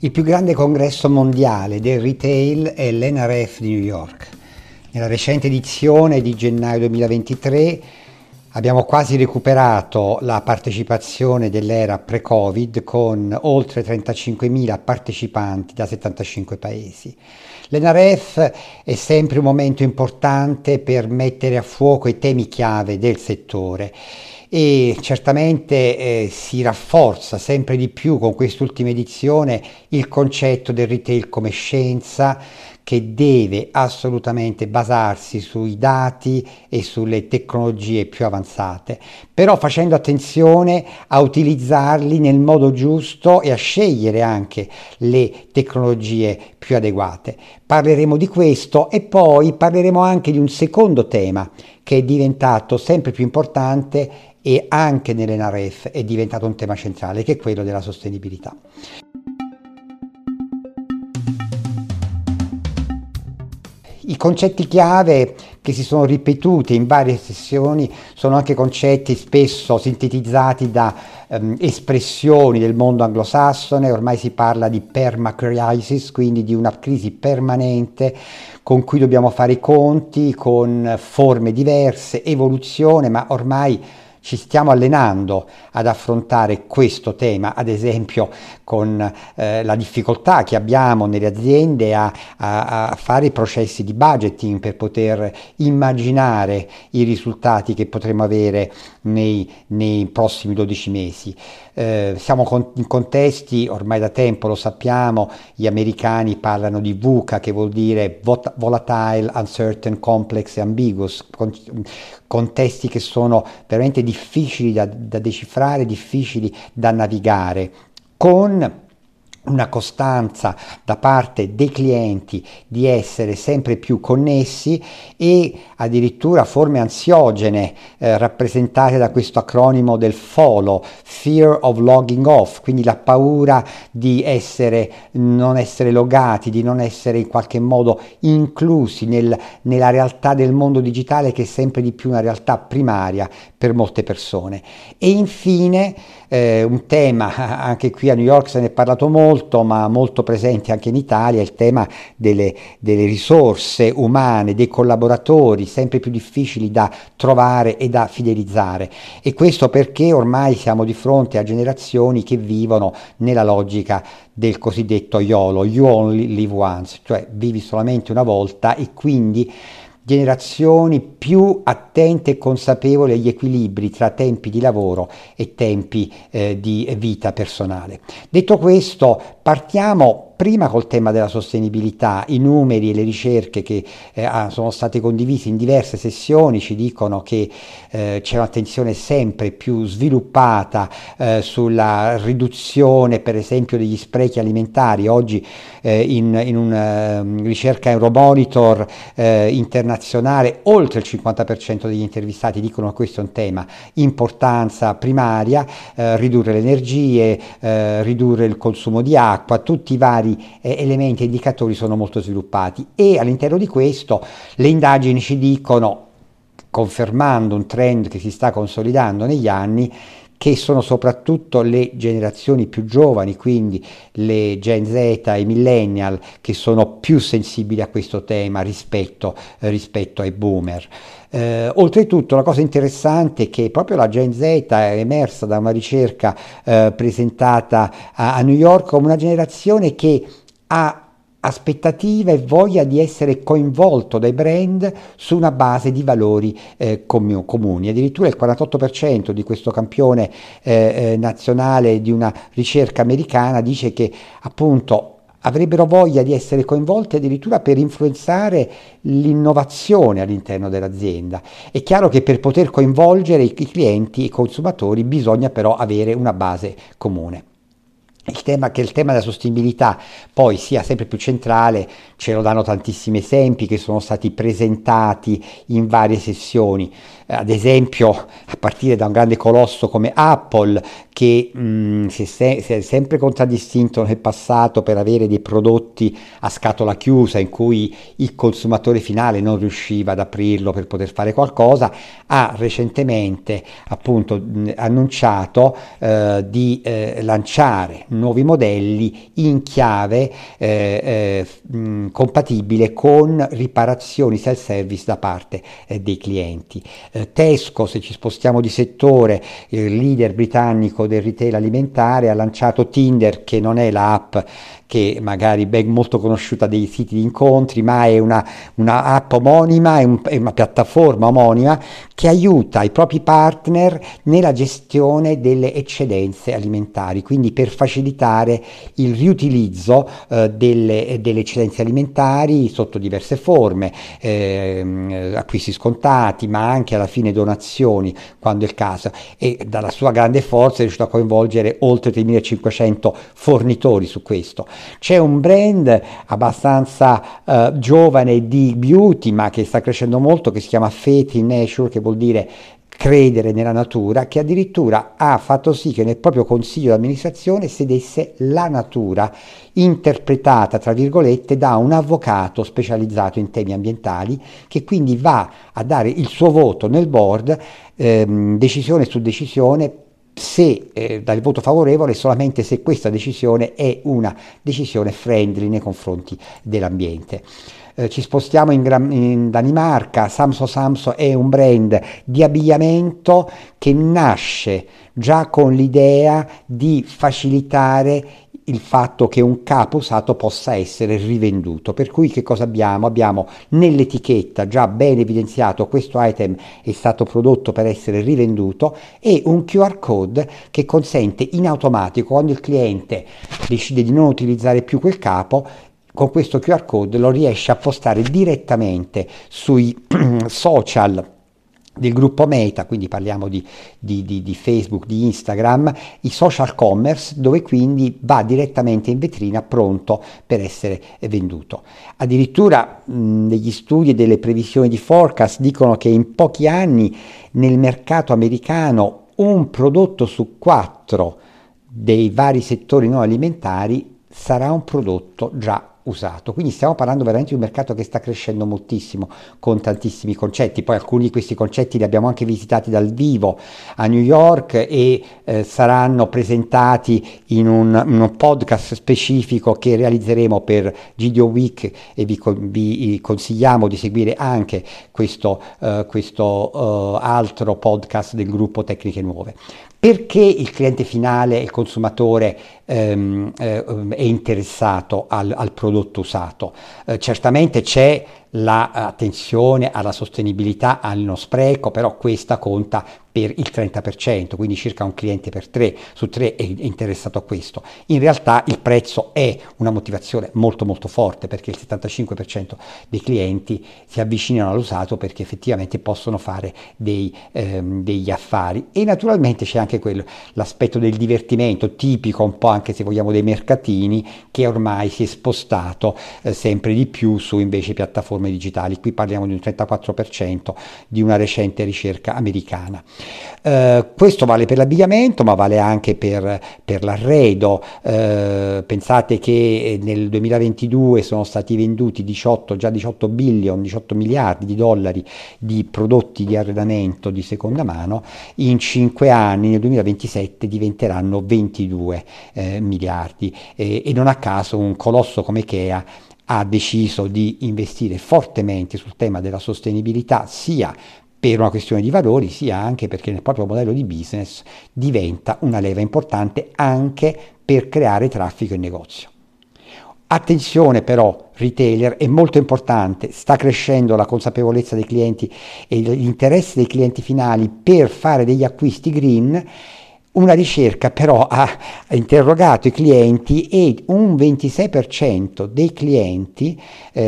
Il più grande congresso mondiale del retail è l'NRF di New York. Nella recente edizione di gennaio 2023 abbiamo quasi recuperato la partecipazione dell'era pre-Covid con oltre 35.000 partecipanti da 75 paesi. L'NRF è sempre un momento importante per mettere a fuoco i temi chiave del settore e certamente si rafforza sempre di più con quest'ultima edizione il concetto del retail come scienza che deve assolutamente basarsi sui dati e sulle tecnologie più avanzate, però facendo attenzione a utilizzarli nel modo giusto e a scegliere anche le tecnologie più adeguate. Parleremo di questo e poi parleremo anche di un secondo tema che è diventato sempre più importante e anche nell'NRF è diventato un tema centrale, che è quello della sostenibilità. I concetti chiave che si sono ripetuti in varie sessioni sono anche concetti spesso sintetizzati da espressioni del mondo anglosassone. Ormai si parla di permacrisis, quindi di una crisi permanente con cui dobbiamo fare i conti, con forme diverse, evoluzione, ma ormai ci stiamo allenando ad affrontare questo tema, ad esempio con la difficoltà che abbiamo nelle aziende a fare i processi di budgeting per poter immaginare i risultati che potremo avere nei prossimi 12 mesi. Siamo in contesti, ormai da tempo lo sappiamo, gli americani parlano di VUCA, che vuol dire Volatile, Uncertain, Complex e Ambiguous, contesti che sono veramente difficili da decifrare, difficili da navigare, con una costanza da parte dei clienti di essere sempre più connessi e addirittura forme ansiogene rappresentate da questo acronimo del FOLO, Fear of Logging Off, quindi la paura di non essere logati, di non essere in qualche modo inclusi nella realtà del mondo digitale, che è sempre di più una realtà primaria per molte persone. E infine un tema, anche qui a New York se ne è parlato molto, ma molto presente anche in Italia, il tema delle risorse umane, dei collaboratori, sempre più difficili da trovare e da fidelizzare. E questo perché ormai siamo di fronte a generazioni che vivono nella logica del cosiddetto YOLO, You Only Live Once, cioè vivi solamente una volta, e quindi generazioni più attente e consapevoli agli equilibri tra tempi di lavoro e tempi di vita personale. Detto questo, partiamo prima col tema della sostenibilità. I numeri e le ricerche che sono state condivise in diverse sessioni ci dicono che c'è un'attenzione sempre più sviluppata sulla riduzione, per esempio, degli sprechi alimentari. Oggi in una ricerca Euromonitor internazionale, oltre il 50% degli intervistati dicono che questo è un tema importanza primaria, ridurre le energie, ridurre il consumo di acqua, tutti i vari elementi e indicatori sono molto sviluppati, e all'interno di questo le indagini ci dicono, confermando un trend che si sta consolidando negli anni, che sono soprattutto le generazioni più giovani, quindi le Gen Z e i millennial, che sono più sensibili a questo tema rispetto ai boomer. Oltretutto la cosa interessante è che proprio la Gen Z è emersa da una ricerca presentata a New York come una generazione che ha aspettativa e voglia di essere coinvolto dai brand su una base di valori comuni. Addirittura il 48% di questo campione nazionale di una ricerca americana dice che appunto avrebbero voglia di essere coinvolti addirittura per influenzare l'innovazione all'interno dell'azienda. È chiaro che per poter coinvolgere i clienti e i consumatori bisogna però avere una base comune. Il tema della sostenibilità poi sia sempre più centrale ce lo danno tantissimi esempi che sono stati presentati in varie sessioni, ad esempio a partire da un grande colosso come Apple, che si è sempre contraddistinto nel passato per avere dei prodotti a scatola chiusa in cui il consumatore finale non riusciva ad aprirlo per poter fare qualcosa, ha recentemente appunto annunciato di lanciare nuovi modelli in chiave compatibile con riparazioni self-service da parte dei clienti. Tesco, se ci spostiamo di settore, il leader britannico del retail alimentare, ha lanciato Tinder, che non è l'app che magari è molto conosciuta dei siti di incontri, ma è una app omonima, è una piattaforma omonima che aiuta i propri partner nella gestione delle eccedenze alimentari, quindi per facilitare il riutilizzo delle eccedenze alimentari sotto diverse forme, acquisti scontati, ma anche alla fine donazioni quando è il caso, e dalla sua grande forza è riuscito a coinvolgere oltre 3.500 fornitori su questo. C'è un brand abbastanza giovane di beauty, ma che sta crescendo molto, che si chiama Faith in Nature, che vuol dire credere nella natura, che addirittura ha fatto sì che nel proprio consiglio di amministrazione sedesse la natura, interpretata tra virgolette da un avvocato specializzato in temi ambientali, che quindi va a dare il suo voto nel board, decisione su decisione, se dal voto favorevole, solamente se questa decisione è una decisione friendly nei confronti dell'ambiente. Ci spostiamo in Danimarca. Samso è un brand di abbigliamento che nasce già con l'idea di facilitare il fatto che un capo usato possa essere rivenduto, per cui che cosa abbiamo? Abbiamo nell'etichetta già ben evidenziato questo item è stato prodotto per essere rivenduto, e un QR code che consente in automatico, quando il cliente decide di non utilizzare più quel capo, con questo QR code lo riesce a postare direttamente sui social del gruppo Meta, quindi parliamo di Facebook, di Instagram, i social commerce, dove quindi va direttamente in vetrina pronto per essere venduto. Addirittura degli studi e delle previsioni di forecast dicono che in pochi anni nel mercato americano un prodotto su 4 dei vari settori non alimentari sarà un prodotto già usato. Quindi stiamo parlando veramente di un mercato che sta crescendo moltissimo, con tantissimi concetti. Poi alcuni di questi concetti li abbiamo anche visitati dal vivo a New York e saranno presentati in un podcast specifico che realizzeremo per GDO Week, e vi consigliamo di seguire anche questo altro podcast del gruppo Tecniche Nuove. Perché il cliente finale, il consumatore, è interessato al prodotto usato? Certamente c'è l'attenzione alla sostenibilità, al non spreco, però questa conta per il 30%, quindi circa un cliente su tre è interessato a questo. In realtà il prezzo è una motivazione molto molto forte, perché il 75% dei clienti si avvicinano all'usato perché effettivamente possono fare degli affari. E naturalmente c'è anche l'aspetto del divertimento, tipico un po' anche se vogliamo dei mercatini, che ormai si è spostato sempre di più su invece piattaforme digitali. Qui parliamo di un 34% di una recente ricerca americana. Questo vale per l'abbigliamento, ma vale anche per l'arredo. Pensate che nel 2022 sono stati venduti 18 miliardi di dollari di prodotti di arredamento di seconda mano. In 5 anni, nel 2027, diventeranno 22 miliardi, e non a caso un colosso come Ikea ha deciso di investire fortemente sul tema della sostenibilità, sia per una questione di valori, sia anche perché nel proprio modello di business diventa una leva importante anche per creare traffico in negozio. Attenzione però, retailer, è molto importante, sta crescendo la consapevolezza dei clienti e l'interesse dei clienti finali per fare degli acquisti green. Una ricerca però ha interrogato i clienti, e un 26% dei clienti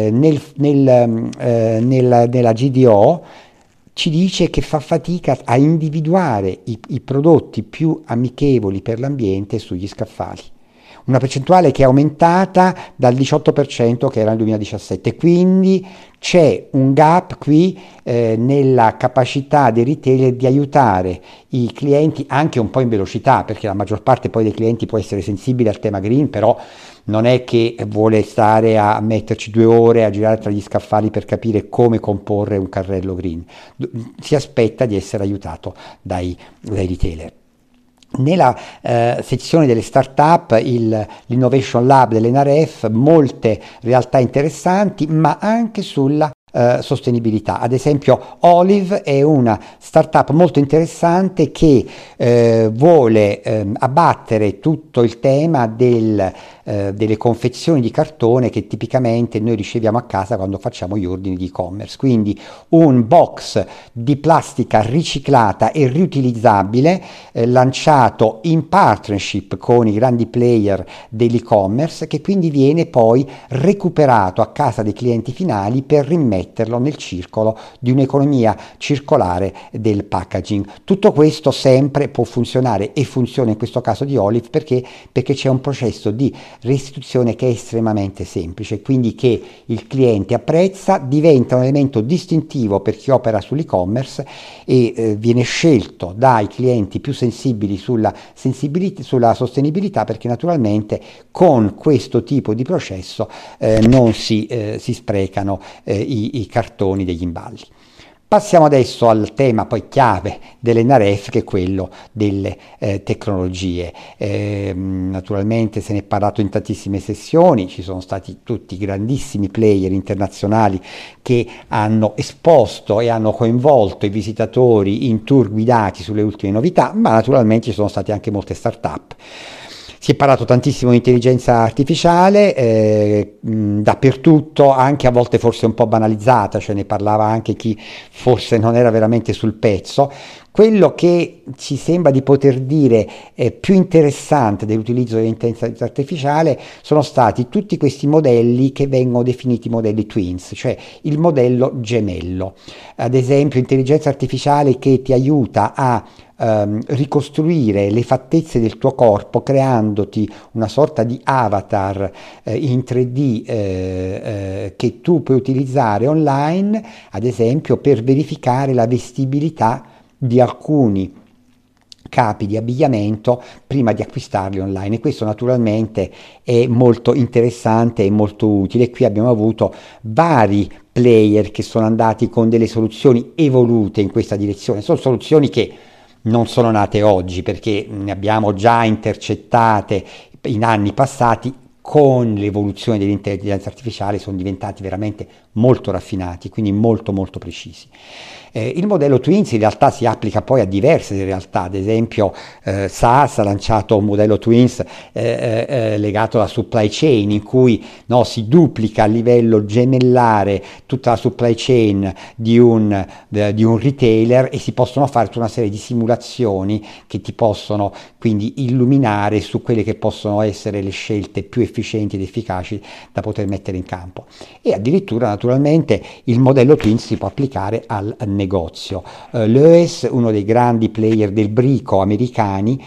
nella GDO ci dice che fa fatica a individuare i prodotti più amichevoli per l'ambiente sugli scaffali. una percentuale che è aumentata dal 18% che era nel 2017, quindi c'è un gap qui nella capacità dei retailer di aiutare i clienti anche un po' in velocità, perché la maggior parte poi dei clienti può essere sensibile al tema green, però non è che vuole stare a metterci 2 ore a girare tra gli scaffali per capire come comporre un carrello green. Si aspetta di essere aiutato dai retailer. Nella sezione delle start-up, l'Innovation Lab dell'NRF, molte realtà interessanti, ma anche sulla sostenibilità. Ad esempio Olive è una startup molto interessante che vuole abbattere tutto il tema delle confezioni di cartone che tipicamente noi riceviamo a casa quando facciamo gli ordini di e-commerce, quindi un box di plastica riciclata e riutilizzabile lanciato in partnership con i grandi player dell'e-commerce, che quindi viene poi recuperato a casa dei clienti finali per rimetterlo nel circolo di un'economia circolare del packaging. Tutto questo sempre può funzionare e funziona in questo caso di Olive perché c'è un processo di restituzione che è estremamente semplice, quindi che il cliente apprezza, diventa un elemento distintivo per chi opera sull'e-commerce e viene scelto dai clienti più sensibili sulla sostenibilità, perché naturalmente con questo tipo di processo non si sprecano i cartoni degli imballi. Passiamo adesso al tema poi chiave dell'NRF, che è quello delle tecnologie. Naturalmente se ne è parlato in tantissime sessioni, ci sono stati tutti i grandissimi player internazionali che hanno esposto e hanno coinvolto i visitatori in tour guidati sulle ultime novità, ma naturalmente ci sono state anche molte start-up. Si è parlato tantissimo di intelligenza artificiale, dappertutto, anche a volte forse un po' banalizzata, cioè ne parlava anche chi forse non era veramente sul pezzo. Quello che ci sembra di poter dire più interessante dell'utilizzo dell'intelligenza artificiale sono stati tutti questi modelli che vengono definiti modelli twins, cioè il modello gemello. Ad esempio, intelligenza artificiale che ti aiuta a ricostruire le fattezze del tuo corpo creandoti una sorta di avatar in 3D che tu puoi utilizzare online, ad esempio per verificare la vestibilità di alcuni capi di abbigliamento prima di acquistarli online, e questo naturalmente è molto interessante e molto utile. Qui abbiamo avuto vari player che sono andati con delle soluzioni evolute in questa direzione. Sono soluzioni che non sono nate oggi, perché ne abbiamo già intercettate in anni passati. Con l'evoluzione dell'intelligenza artificiale sono diventati veramente molto raffinati, quindi molto molto precisi. Il modello Twins in realtà si applica poi a diverse realtà, ad esempio SaaS ha lanciato un modello Twins legato alla supply chain, in cui si duplica a livello gemellare tutta la supply chain di un retailer e si possono fare tutta una serie di simulazioni che ti possono quindi illuminare su quelle che possono essere le scelte più efficienti ed efficaci da poter mettere in campo. E addirittura naturalmente il modello Twins si può applicare al negozio. Loews, uno dei grandi player del brico americani,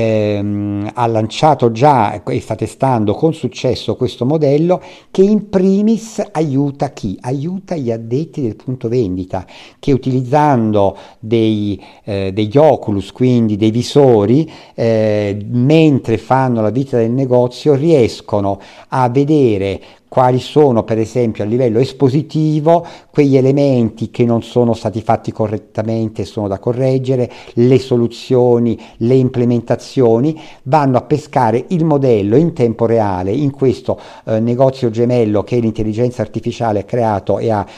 ha lanciato già e sta testando con successo questo modello, che in primis aiuta chi? Aiuta gli addetti del punto vendita, che utilizzando degli Oculus, quindi dei visori, mentre fanno la visita del negozio riescono a vedere quali sono, per esempio a livello espositivo, quegli elementi che non sono stati fatti correttamente e sono da correggere, le soluzioni, le implementazioni, vanno a pescare il modello in tempo reale in questo negozio gemello che l'intelligenza artificiale ha creato e ha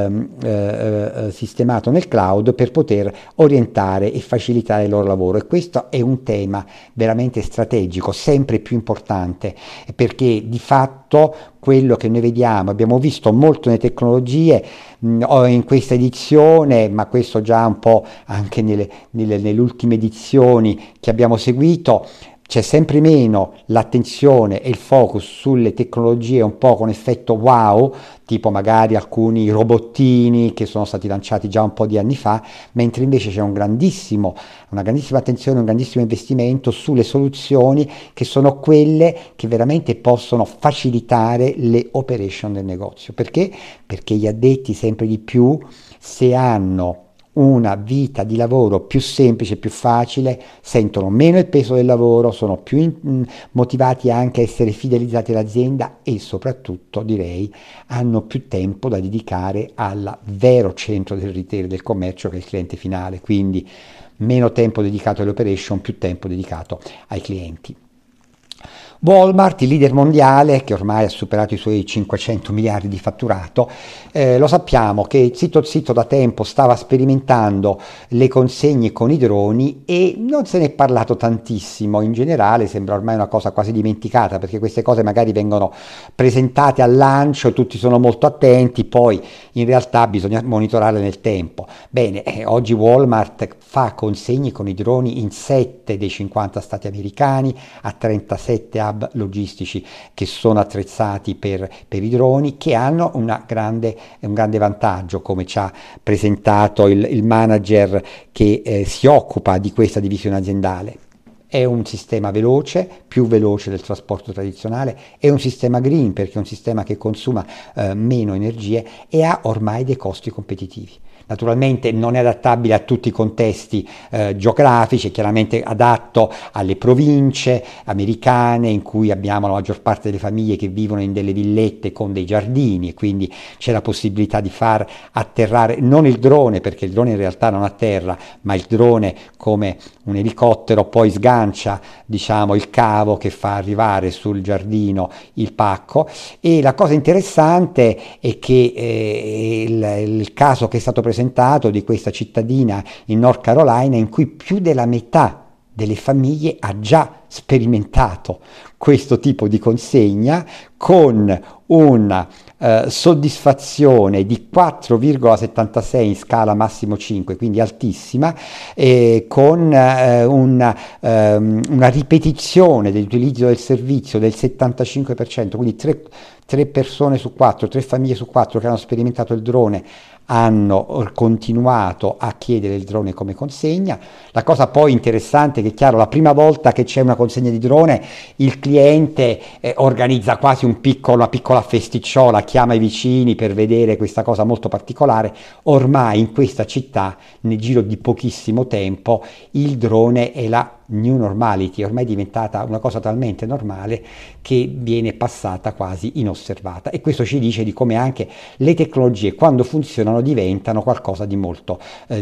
sistemato nel cloud, per poter orientare e facilitare il loro lavoro. E questo è un tema veramente strategico, sempre più importante, perché di fatto quello che noi vediamo, abbiamo visto molto nelle tecnologie in questa edizione, ma questo già un po' anche nelle ultime edizioni che abbiamo seguito, c'è sempre meno l'attenzione e il focus sulle tecnologie un po' con effetto wow, tipo magari alcuni robottini che sono stati lanciati già un po' di anni fa, mentre invece c'è una grandissima attenzione, un grandissimo investimento sulle soluzioni che sono quelle che veramente possono facilitare le operation del negozio. Perché? Perché gli addetti sempre di più, se hanno una vita di lavoro più semplice, più facile, sentono meno il peso del lavoro, sono più motivati anche a essere fidelizzati all'azienda e soprattutto, direi, hanno più tempo da dedicare al vero centro del retail, del commercio, che è il cliente finale. Quindi meno tempo dedicato alle operation, più tempo dedicato ai clienti. Walmart, il leader mondiale, che ormai ha superato i suoi 500 miliardi di fatturato, lo sappiamo che zitto da tempo stava sperimentando le consegne con i droni e non se ne è parlato tantissimo. In generale sembra ormai una cosa quasi dimenticata, perché queste cose magari vengono presentate al lancio, tutti sono molto attenti, poi in realtà bisogna monitorarle nel tempo. Bene, oggi Walmart fa consegne con i droni in 7 dei 50 stati americani, a 37 hub logistici che sono attrezzati per i droni, che hanno un grande vantaggio, come ci ha presentato il manager che si occupa di questa divisione aziendale. È un sistema veloce, più veloce del trasporto tradizionale, è un sistema green perché è un sistema che consuma meno energie e ha ormai dei costi competitivi. Naturalmente non è adattabile a tutti i contesti geografici, è chiaramente adatto alle province americane in cui abbiamo la maggior parte delle famiglie che vivono in delle villette con dei giardini, e quindi c'è la possibilità di far atterrare non il drone, perché il drone in realtà non atterra, ma il drone come un elicottero poi sgancia, diciamo, il cavo che fa arrivare sul giardino il pacco. E la cosa interessante è che il caso che è stato presentato di questa cittadina in North Carolina, in cui più della metà delle famiglie ha già sperimentato questo tipo di consegna con una soddisfazione di 4,76 in scala massimo 5, quindi altissima, con una ripetizione dell'utilizzo del servizio del 75%, quindi 3 persone su 4, 3 famiglie su 4 che hanno sperimentato il drone hanno continuato a chiedere il drone come consegna. La cosa poi interessante è che, chiaro, la prima volta che c'è una consegna di drone il cliente organizza quasi una piccola festicciola, chiama i vicini per vedere questa cosa molto particolare. Ormai in questa città, nel giro di pochissimo tempo, il drone è la new normality, ormai è diventata una cosa talmente normale che viene passata quasi inosservata, e questo ci dice di come anche le tecnologie, quando funzionano, diventano qualcosa di molto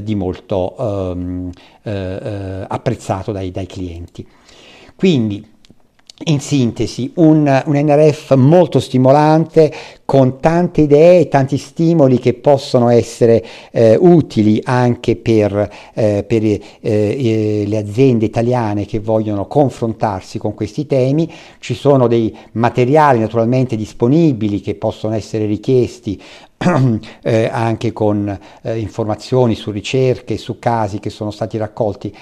apprezzato dai clienti. Quindi, in sintesi, un NRF molto stimolante, con tante idee e tanti stimoli che possono essere utili anche per le aziende italiane che vogliono confrontarsi con questi temi. Ci sono dei materiali naturalmente disponibili che possono essere richiesti anche con informazioni su ricerche, su casi che sono stati raccolti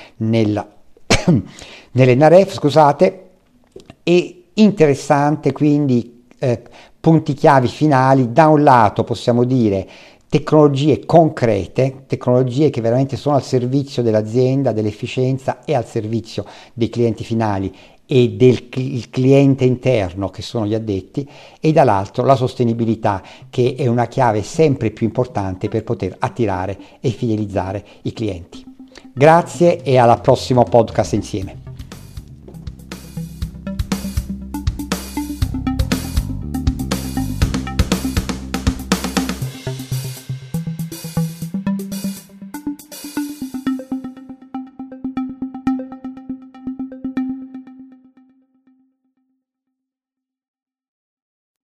nell'NRF, scusate. E interessante quindi punti chiavi finali. Da un lato possiamo dire tecnologie concrete, tecnologie che veramente sono al servizio dell'azienda, dell'efficienza, e al servizio dei clienti finali e del cliente interno, che sono gli addetti, e dall'altro la sostenibilità, che è una chiave sempre più importante per poter attirare e fidelizzare i clienti. Grazie e alla prossima podcast insieme.